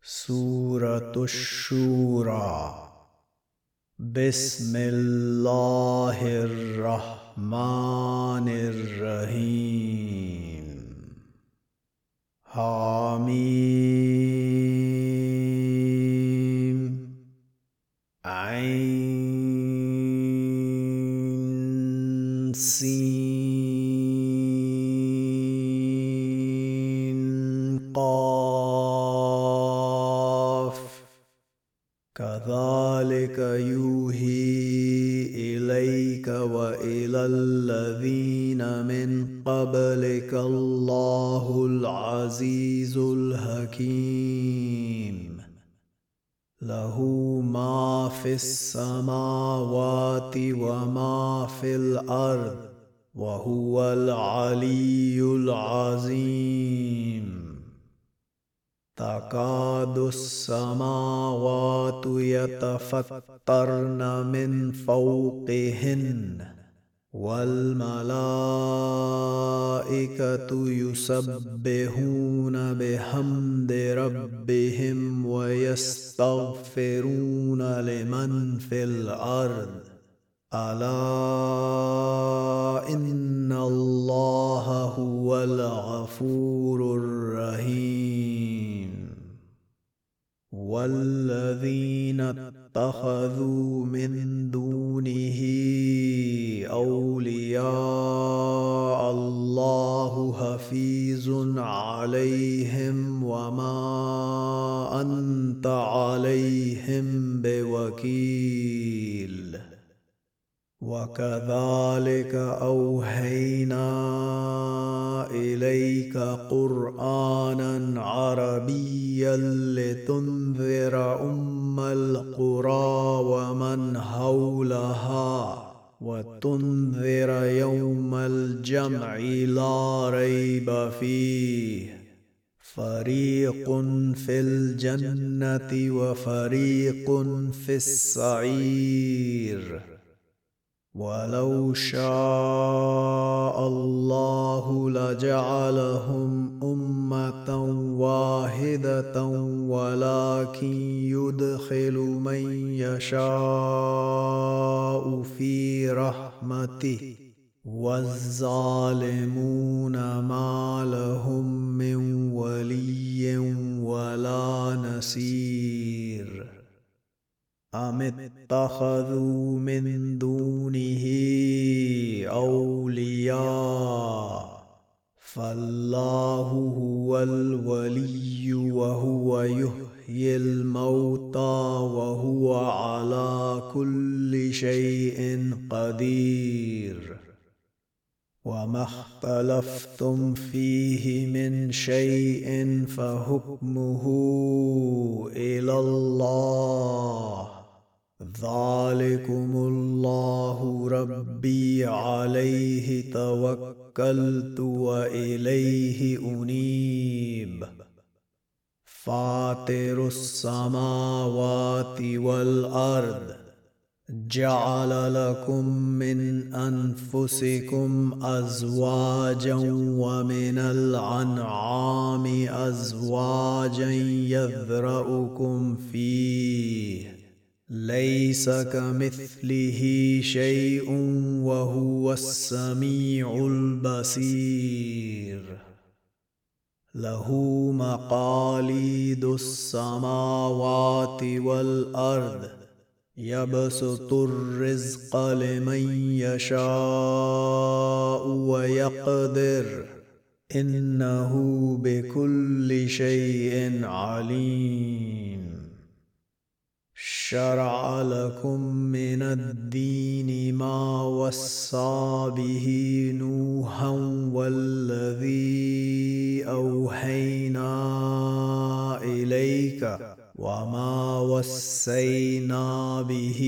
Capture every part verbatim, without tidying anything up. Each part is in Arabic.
سورة الشورى. بسم الله الرحمن الرحيم. حميم عين سين قاف. كذلك يوحي إليك وإلى الذين من قبلك الله العزيز الحكيم. له ما في السماوات وما في الأرض وهو العلي العظيم. تكاد السماوات يتفطرن من فوقهن والملائكة يسبحون بحمد ربهم ويستغفرون لمن في الأرض. ألا إن الله هو الغفور الرحيم. والذين اتخذوا من دونه أولياء الله حفيظ عليهم وما أنت عليهم بوكيل. وكذلك أوحينا إليك قرآنا عربيا لتنذر أم القرى ومن حولها وتنذر يوم الجمع لا ريب فيه. فريق في الجنة وفريق في السعير. ولو شاء الله لجعلهم أمة واحدة ولكن يدخل من يشاء في رحمته والظالمون ما لهم من ولي ولا نصير. أم اتخذوا من دونه أولياء فالله هو الولي وهو يحيي الموتى وهو على كل شيء قدير. وما اختلفتم فيه من شيء فحكمه إلى الله. ذلكم الله ربي عليه توكلت وإليه أنيب. فاطر السماوات والأرض جعل لكم من أنفسكم أزواجا ومن الأنعام أزواجا يذرأكم فيه. ليس كمثله شيء وهو السميع البصير. له مقاليد السماوات والأرض يبسط الرزق لمن يشاء ويقدر إنه بكل شيء عليم. شرع لكم من الدين ما وصى به نوحا والذي أوحينا إليك وما وصينا به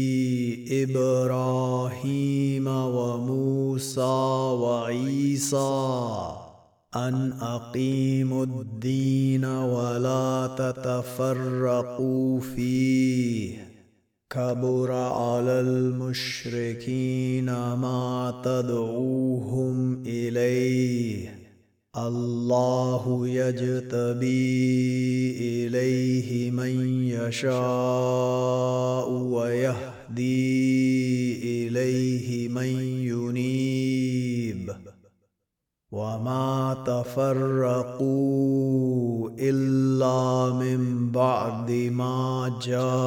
إبراهيم وموسى وعيسى أن أقيموا الدين ولا تتفرقوا فيه. كبر على المشركين ما تدعوهم إليه. الله يجتبي إليه يشاء ويهدي إليه من ينيب وما تفرقوا إلا من بعد ما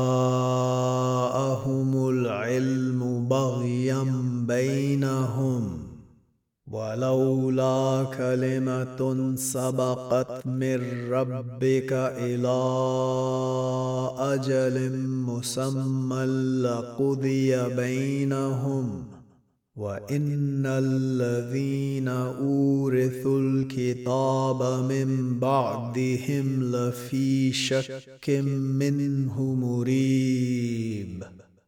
جاءهم العلم بغيا بينهم ولولا كلمة سبقت من ربك إلى أجل مسمى لقضي بينهم وإن الذين أورثوا الكتاب من بعدهم لفي شك منه مريب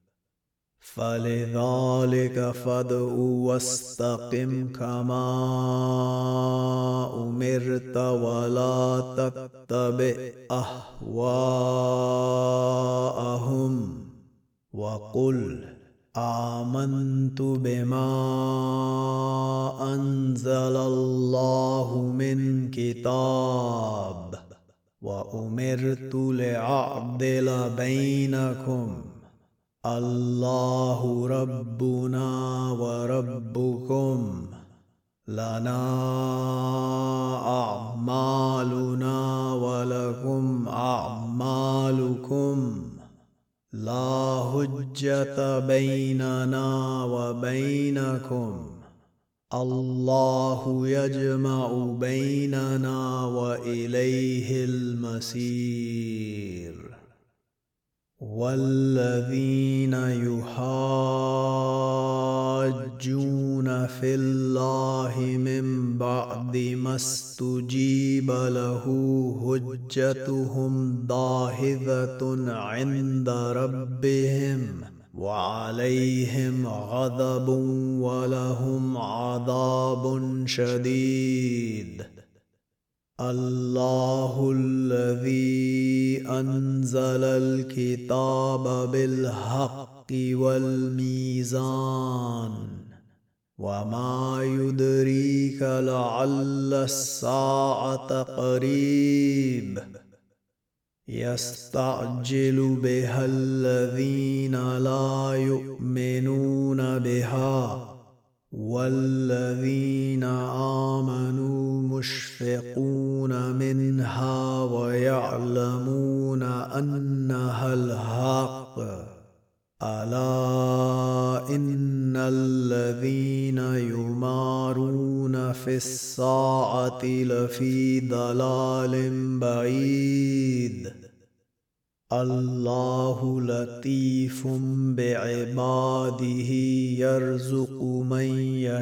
فلذلك فادع واستقم كما أمرت ولا تتبع أهواءهم وقل آمنت بما أنزل الله من كتاب وأمرت لأعدل بينكم الله ربنا وربكم لنا أعمالنا ولكم أعمالكم لا حجة بيننا وبينكم الله يجمع بيننا وإليه المصير والذين يحاجون في الله من بعد ما استجيب له حجتهم داحضة عند ربهم وعليهم غضب ولهم عذاب شديد الله الذي أنزل الكتاب بالحق والميزان وما يدريك لعل الساعة قريب يستعجل بها الذين لا يؤمنون بها والذين آمنوا مشفقون منها ويعلمون أنها الحق ألا إن الذين يمارون في الساعة لفي ضلال بعيد الله لطيف بعباده يرزق من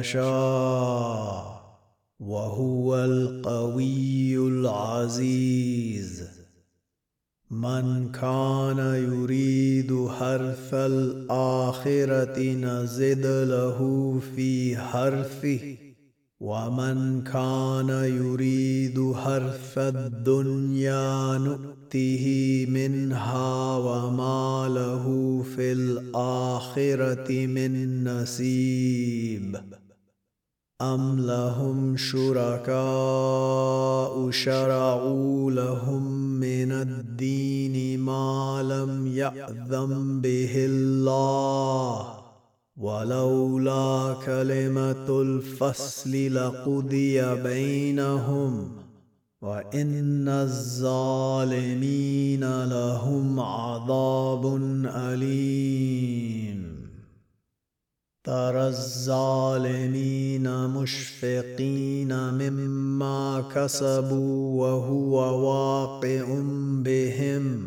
يشاء وهو القوي العزيز من كان يريد حرث الآخرة نزد له في حرثه ومن كان يريد حرث الدنيا نؤته منها وما له في الآخرة من نصيب أم لهم شركاء شرعوا لهم من الدين ما لم يأذن به الله ولولا كلمة الفصل لقضي بينهم وإن الظالمين لهم عذاب أليم ترى الظالمين مشفقين مما كسبوا وهو واقع بهم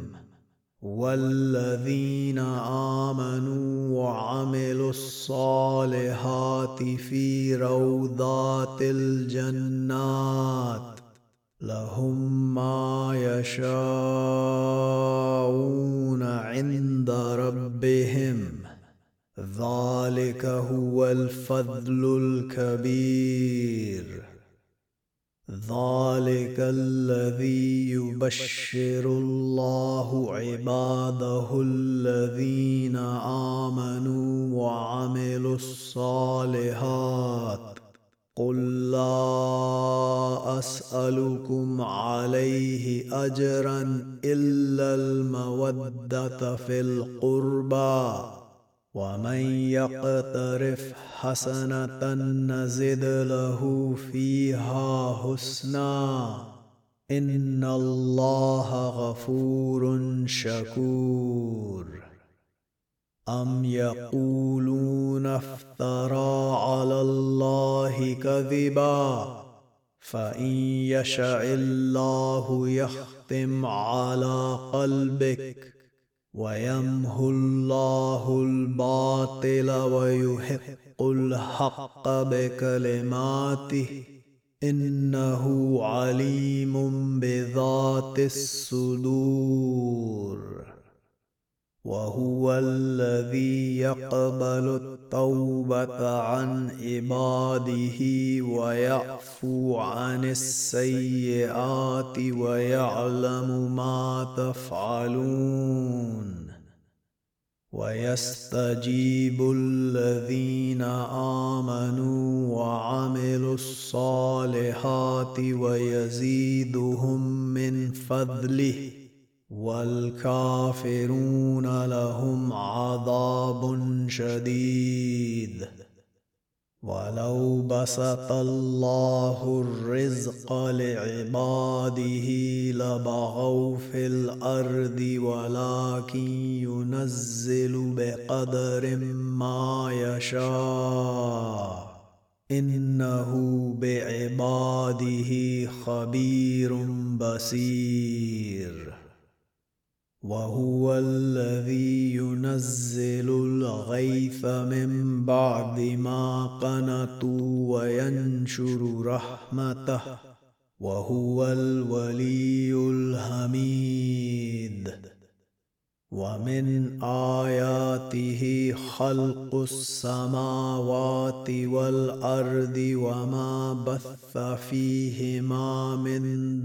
والذين آمنوا وعملوا الصالحات في روضات الجنات لهم ما يشاءون عند ربهم ذلك هو الفضل الكبير ذلك الذي يبشر الله عباده الذين آمنوا وعملوا الصالحات قل لا أسألكم عليه أجرا إلا المودة في القربى ومن يقترف حسنة نزد له فيها حسنا إن الله غفور شكور. أم يقولون افترى على الله كذبا فإن يشاء الله يختم على قلبك ويمحو الله الباطل ويحق الحق بكلماته إنه عليم بذات الصدور. وهو الذي يقبل التوبة عن عباده ويعفو عن السيئات ويعلم ما تفعلون. ويستجيب الذين آمنوا وعملوا الصالحات ويزيدهم من فضله والكافرون لهم عذاب شديد. ولو بسط الله الرزق لعباده لبغوا في الأرض ولكن ينزل بقدر ما يشاء إنه بعباده خبير بصير. وهو الذي ينزل الغيث من بعد ما قنطوا وينشر رحمته وهو الولي الحميد. ومن آياته خلق السماوات والأرض وما بث فيهما من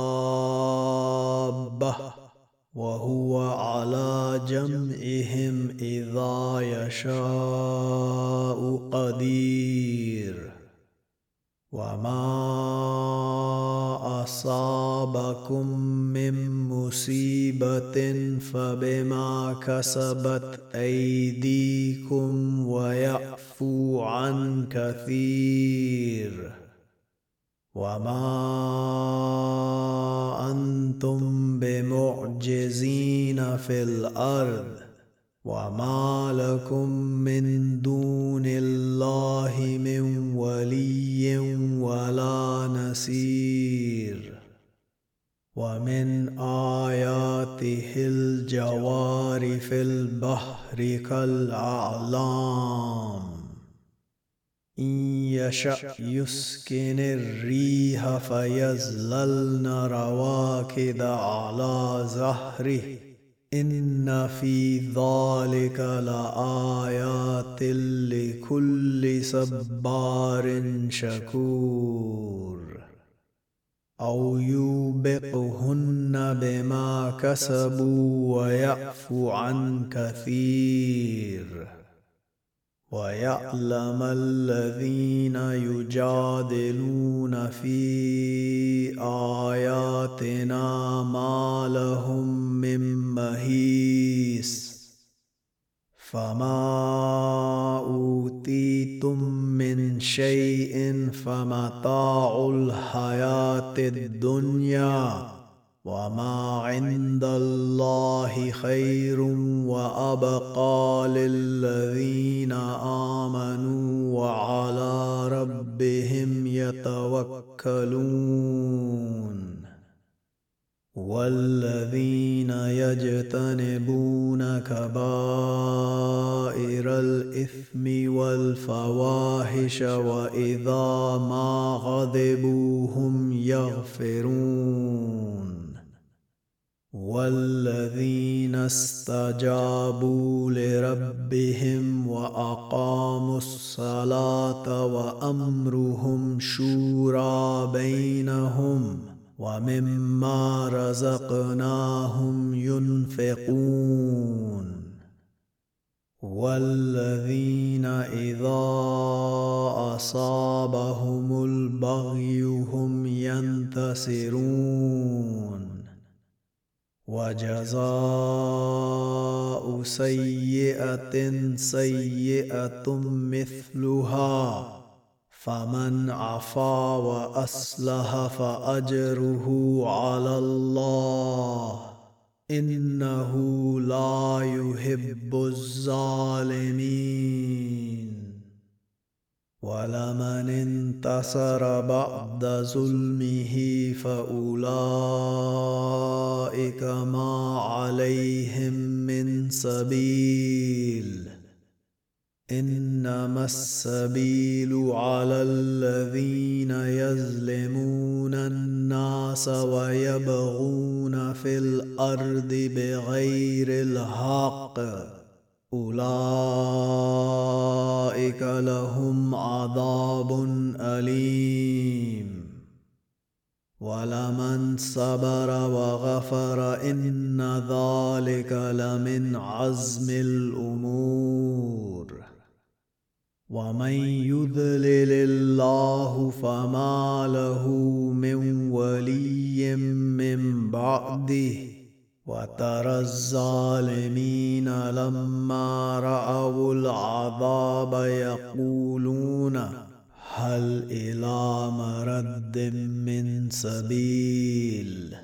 دابة وهو على جمعهم إذا يشاء قدير. وما أصابكم من مصيبة فبما كسبت أيديكم ويعفو عن كثير. وما أنتم بمعجزين في الأرض وما لكم من دون الله من ولي ولا نصير. ومن آياته الجوار في البحر كالأعلام إن يشأ يسكن الريح فيظللن رواكد على ظهره إن في ذلك لآيات لكل صبار شكور. أو يوبقهن بما كسبوا ويعفو عن كثير. ويعلم الذين يجادلون في آياتنا ما لهم من محيص. فما أوتيتم من شيء فمتاع الحياة الدنيا وما عند الله خير وأبقى للذين آمنوا وعلى ربهم يتوكلون. والذين يجتنبون كبائر الإثم والفواحش وإذا ما غضبوا هم يغفرون. والذين استجابوا لربهم وأقاموا الصلاة وأمرهم شورى بينهم ومما رزقناهم ينفقون. والذين إذا أصابهم البغي هم ينتصرون وجزاء سيئة سيئة مثلها فمن عفا وأصلح فأجره على الله إنه لا يحب الظالمين. ولمن انتصر بعد ظلمه فأولئك ما عليهم من سبيل إنما السبيل على الذين يظلمون الناس ويبغون في الأرض بغير الحق أولئك لهم عذاب أليم. ولمن صبر وغفر إن ذلك لمن عزم الأمور. ومن يضلل الله فما له من ولي من بعده وترى الظالمين لما رأوا العذاب يقولون هل إلى مرد من سبيل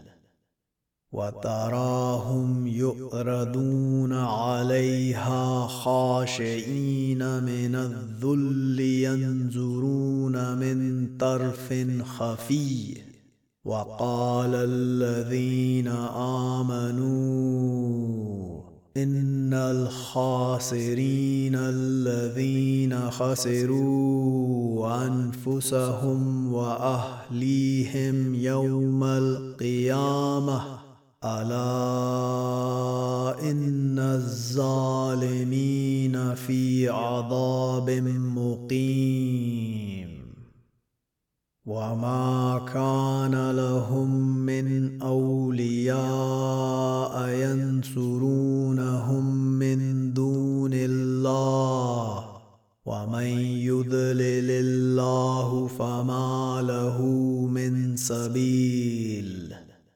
وتراهم يعرضون عليها خاشعين من الذل ينظرون من طرف خفي وقال الذين آمنوا إن الخاسرين الذين خسروا أنفسهم وأهليهم يوم القيامة ألا إن الظالمين في عذاب مقيم. وما كان لهم من أولياء ينصرونهم من دون الله ومن يضلل الله فما له من سبيل.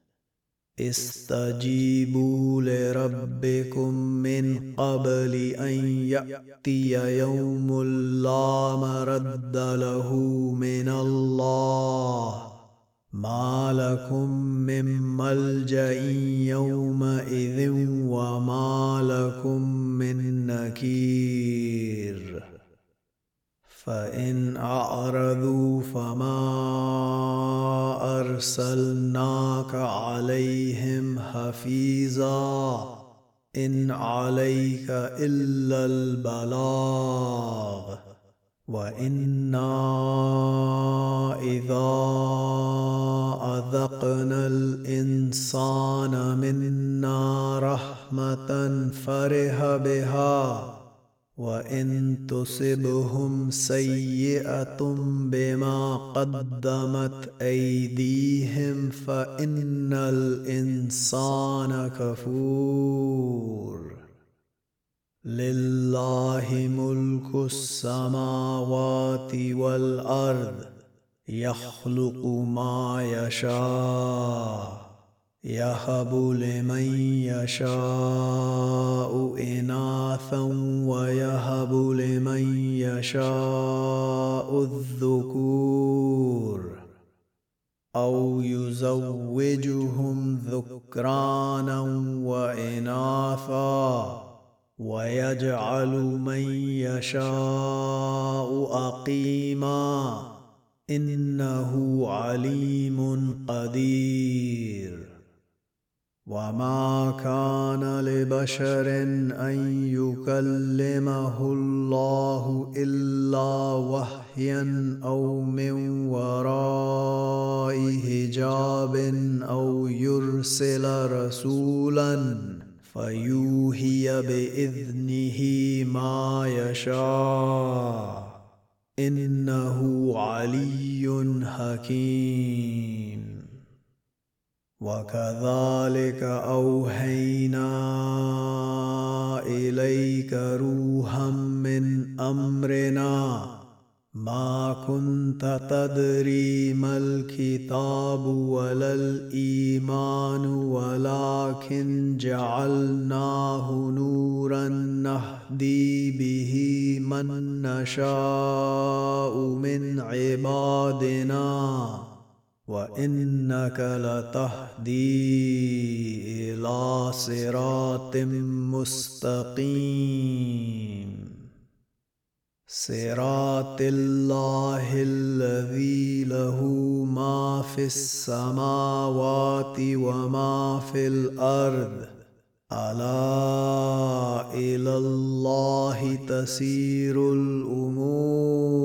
استجيبوا لربكم من قبل أن يأتي يوم لا مرد له من الله ما لكم من ملجأ يومئذ وما لكم من نكير. فإن أعرضوا فما أرسلناك عليهم حفيظا إن عليك إلا البلاغ وإنا إذا أذقنا الإنسان منا رحمة فرح بها وإن تصبهم سيئة بما قدمت أيديهم فإن الإنسان كفور. لله ملك السماوات والأرض يخلق ما يشاء يهب لمن يشاء إناثا ويهب لمن يشاء الذكور أو يزوجهم ذكرانا وإناثا ويجعل من يشاء أقيما إنه عليم قدير. وما كان لبشر أن يكلمه الله إلا وحيا أو من وراء حجاب أو يرسل رسولا فيوحي بإذنه ما يشاء إنه علي حكيم. وكذلك أوحينا إليك روحا أنت تدري ما الكتاب ولا الإيمان ولكن جعلناه نورا نهدي به من نشاء من عبادنا وإنك لتهدي إلى صراط مستقيم صراط الله الذي له ما في السماوات وما في الأرض ألا إلى الله تسير الأمور